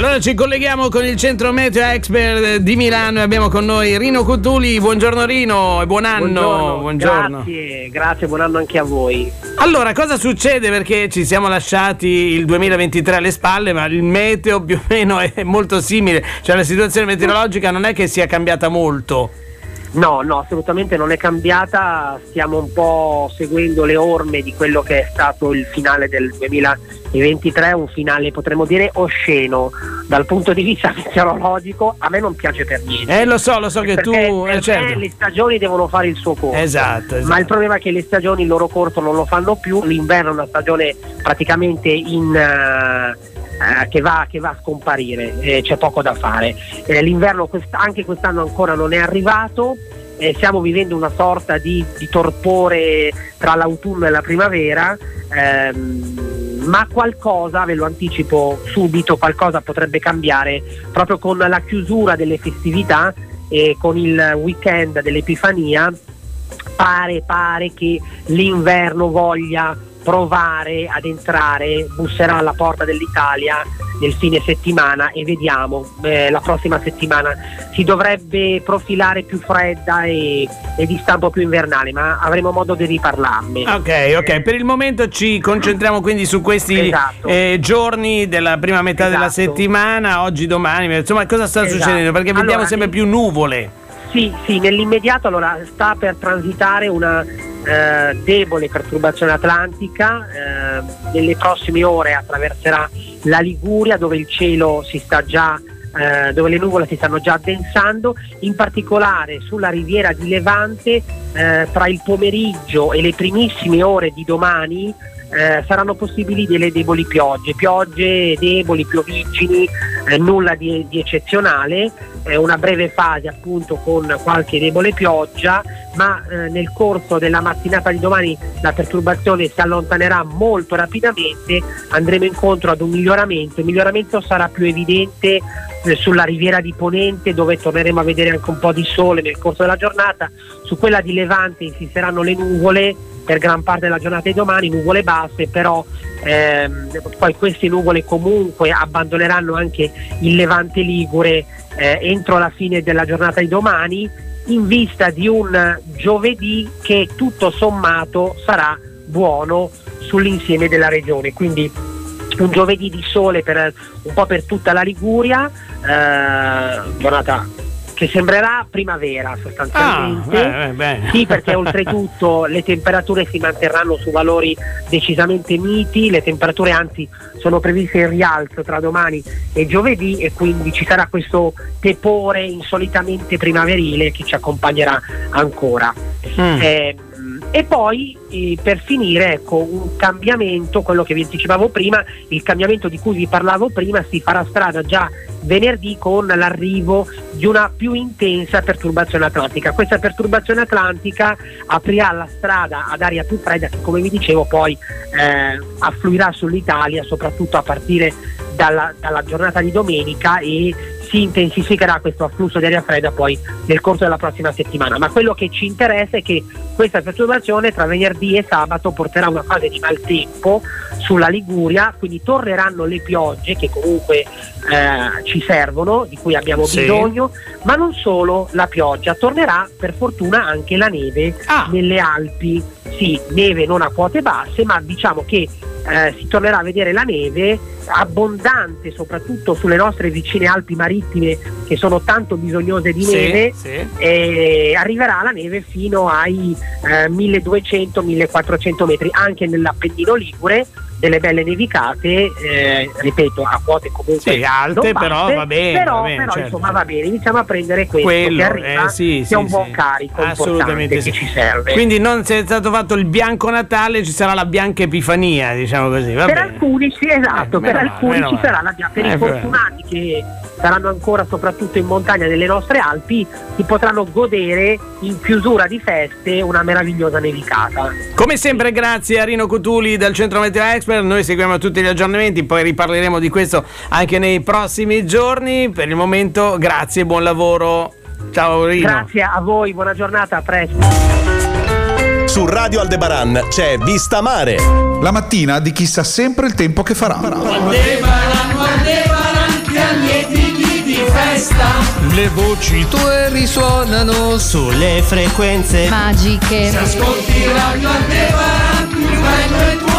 allora ci colleghiamo con il centro Meteo Expert di Milano e abbiamo con noi Rino Cutuli. Buongiorno Rino e buon anno. Buongiorno. Grazie, buon anno anche a voi. Allora, cosa succede? Perché ci siamo lasciati il 2023 alle spalle, ma il meteo più o meno è molto simile, cioè la situazione meteorologica non è che sia cambiata molto. No, assolutamente non è cambiata, stiamo un po' seguendo le orme di quello che è stato il finale del 2023, un finale potremmo dire osceno dal punto di vista meteorologico. A me non piace per niente. Lo so che tu certo. Le stagioni devono fare il suo corso. Esatto. Ma il problema è che le stagioni il loro corso non lo fanno più. L'inverno è una stagione praticamente che va a scomparire, c'è poco da fare. L'inverno anche quest'anno ancora non è arrivato, stiamo vivendo una sorta di torpore tra l'autunno e la primavera, ma qualcosa, ve lo anticipo subito, qualcosa potrebbe cambiare proprio con la chiusura delle festività e con il weekend dell'Epifania. Pare che l'inverno voglia provare ad entrare, busserà alla porta dell'Italia nel fine settimana e vediamo, la prossima settimana si dovrebbe profilare più fredda e di stampo più invernale, ma avremo modo di riparlarne. Ok, per il momento ci concentriamo quindi su questi giorni della prima metà della settimana, oggi, domani, insomma cosa sta succedendo? Perché vediamo sempre più nuvole. Sì, nell'immediato allora sta per transitare una debole perturbazione atlantica, nelle prossime ore attraverserà la Liguria, dove il cielo si sta già dove le nuvole si stanno già addensando, in particolare sulla riviera di Levante. Tra il pomeriggio e le primissime ore di domani saranno possibili delle deboli piogge deboli, pioviggini, nulla di eccezionale, una breve fase appunto con qualche debole pioggia, ma nel corso della mattinata di domani la perturbazione si allontanerà molto rapidamente, andremo incontro ad un miglioramento. Il miglioramento sarà più evidente sulla riviera di Ponente, dove torneremo a vedere anche un po' di sole nel corso della giornata. Su quella di Levante insisteranno le nuvole per gran parte della giornata di domani, nuvole basse, però poi queste nuvole comunque abbandoneranno anche il Levante ligure entro la fine della giornata di domani, in vista di un giovedì che tutto sommato sarà buono sull'insieme della regione, quindi un giovedì di sole un po' per tutta la Liguria, giornata che sembrerà primavera sostanzialmente. Sì, perché oltretutto le temperature si manterranno su valori decisamente miti, le temperature anzi sono previste in rialzo tra domani e giovedì, e quindi ci sarà questo tepore insolitamente primaverile che ci accompagnerà ancora. E poi per finire, un cambiamento, quello che vi anticipavo prima, il cambiamento di cui vi parlavo prima, si farà strada già venerdì con l'arrivo di una più intensa perturbazione atlantica. Questa perturbazione atlantica aprirà la strada ad aria più fredda che, come vi dicevo, poi affluirà sull'Italia soprattutto a partire dalla giornata di domenica, e si intensificherà questo afflusso di aria fredda poi nel corso della prossima settimana. Ma quello che ci interessa è che questa perturbazione tra venerdì e sabato porterà una fase di maltempo sulla Liguria, quindi torneranno le piogge che comunque ci servono, di cui abbiamo bisogno, ma non solo la pioggia, tornerà per fortuna anche la neve nelle Alpi. Sì, neve non a quote basse, ma diciamo che si tornerà a vedere la neve abbondante soprattutto sulle nostre vicine Alpi marittime, che sono tanto bisognose di neve. E arriverà la neve fino ai 1200-1400 metri anche nell'Appennino ligure, delle belle nevicate, ripeto, a quote comunque alte, basse, però va bene, però certo. Insomma va bene, iniziamo a prendere questo che arriva, che è un buon carico assolutamente importante, che ci serve. Quindi non è stato fatto il bianco Natale, ci sarà la bianca Epifania, diciamo così, va per bene. Alcuni sì, esatto, per alcuni ci sarà la bianca, per i fortunati che saranno ancora soprattutto in montagna delle nostre Alpi, si potranno godere in chiusura di feste una meravigliosa nevicata. Come sempre grazie a Rino Cutuli del Centro Meteo Expert, noi seguiamo tutti gli aggiornamenti, poi riparleremo di questo anche nei prossimi giorni. Per il momento grazie e buon lavoro. Ciao Rino. Grazie a voi, buona giornata, a presto. Su Radio Aldebaran c'è Vista Mare, la mattina di chi sa sempre il tempo che farà. Aldebaran, Le voci tue risuonano sulle frequenze magiche. Se ascolti Radio Aldebaran, il meglio è tuo.